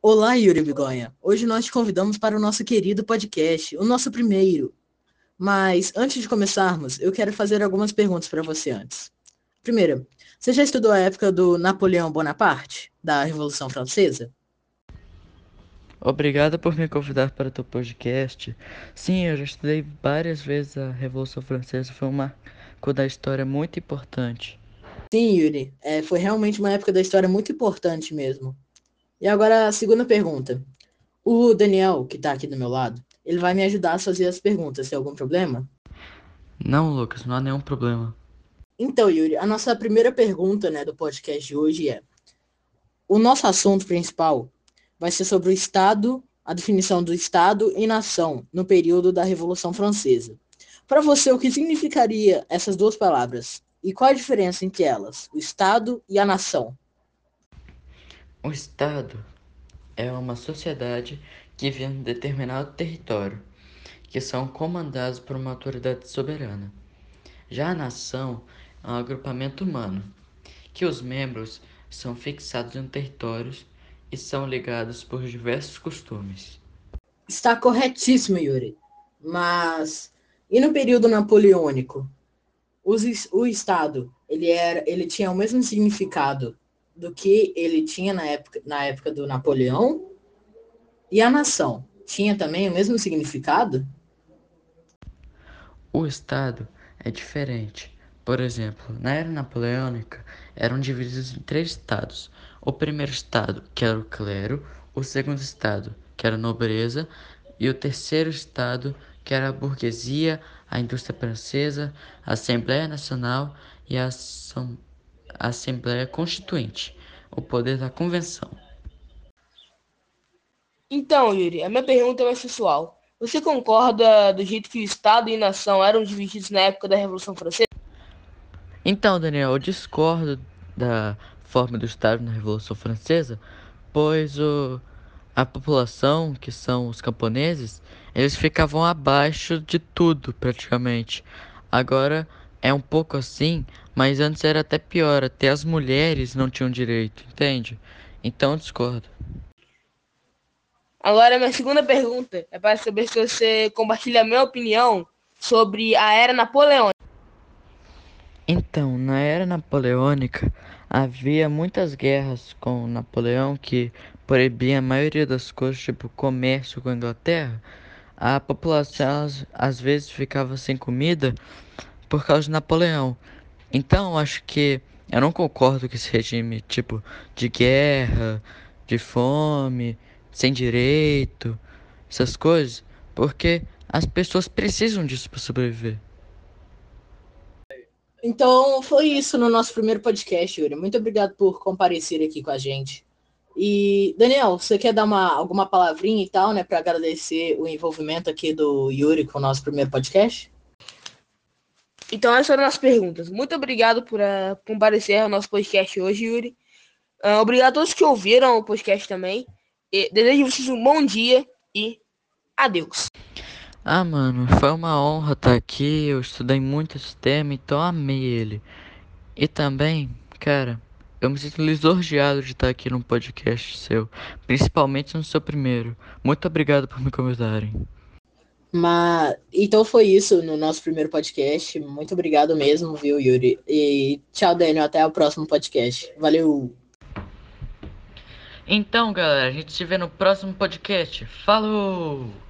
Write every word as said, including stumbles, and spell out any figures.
Olá, Yuri Bigonha. Hoje nós te convidamos para o nosso querido podcast, o nosso primeiro. Mas antes de começarmos, eu quero fazer algumas perguntas para você antes. Primeira, você já estudou a época do Napoleão Bonaparte, da Revolução Francesa? Obrigado por me convidar para o teu podcast. Sim, eu já estudei várias vezes a Revolução Francesa, foi um marco da história muito importante. Sim, Yuri. É, foi realmente uma época da história muito importante mesmo. E agora a segunda pergunta. O Daniel, que está aqui do meu lado, ele vai me ajudar a fazer as perguntas. Tem algum problema? Não, Lucas, não há nenhum problema. Então, Yuri, a nossa primeira pergunta, né, do podcast de hoje é: o nosso assunto principal vai ser sobre o Estado, a definição do Estado e nação no período da Revolução Francesa. Para você, o que significaria essas duas palavras? E qual a diferença entre elas, o Estado e a nação? O Estado é uma sociedade que vive em um determinado território, que são comandados por uma autoridade soberana. Já a nação é um agrupamento humano, que os membros são fixados em territórios e são ligados por diversos costumes. Está corretíssimo, Yuri. Mas e no período napoleônico? Os, o Estado, ele, era, ele tinha o mesmo significado do que ele tinha na época, na época do Napoleão? E a nação tinha também o mesmo significado? O Estado é diferente. Por exemplo, na era napoleônica eram divididos em três estados. O primeiro estado, que era o clero, o segundo estado, que era a nobreza, e o terceiro estado, que era a burguesia, a indústria francesa, a Assembleia Nacional e a Assem- a Assembleia Constituinte, o poder da convenção. Então, Yuri, a minha pergunta é mais pessoal. Você concorda do jeito que o Estado e a nação eram divididos na época da Revolução Francesa? Então, Daniel, eu discordo da forma do Estado na Revolução Francesa, pois o, a população, que são os camponeses, eles ficavam abaixo de tudo, praticamente. Agora é um pouco assim, mas antes era até pior, até as mulheres não tinham direito, entende? Então eu discordo. Agora, minha segunda pergunta é para saber se você compartilha a minha opinião sobre a era napoleônica. Então, na era napoleônica, havia muitas guerras com Napoleão que proibiam a maioria das coisas, tipo comércio com a Inglaterra. A população às, às vezes ficava sem comida por causa de Napoleão. Então, acho que eu não concordo com esse regime, tipo, de guerra, de fome, sem direito, essas coisas, porque as pessoas precisam disso para sobreviver. Então, foi isso no nosso primeiro podcast, Yuri. Muito obrigado por comparecer aqui com a gente. E, Daniel, você quer dar uma, alguma palavrinha e tal, né, para agradecer o envolvimento aqui do Yuri com o nosso primeiro podcast? Então, essas foram as perguntas. Muito obrigado por uh, comparecer ao nosso podcast hoje, Yuri. Uh, obrigado a todos que ouviram o podcast também. E desejo vocês um bom dia e adeus. Ah, mano, foi uma honra estar aqui. Eu estudei muito esse tema, então amei ele. E também, cara, eu me sinto lisonjeado de estar aqui num podcast seu, principalmente no seu primeiro. Muito obrigado por me convidarem. Mas, então foi isso no nosso primeiro podcast. Muito obrigado mesmo, viu, Yuri? E tchau, Daniel. Até o próximo podcast. Valeu! Então, galera, a gente se vê no próximo podcast. Falou!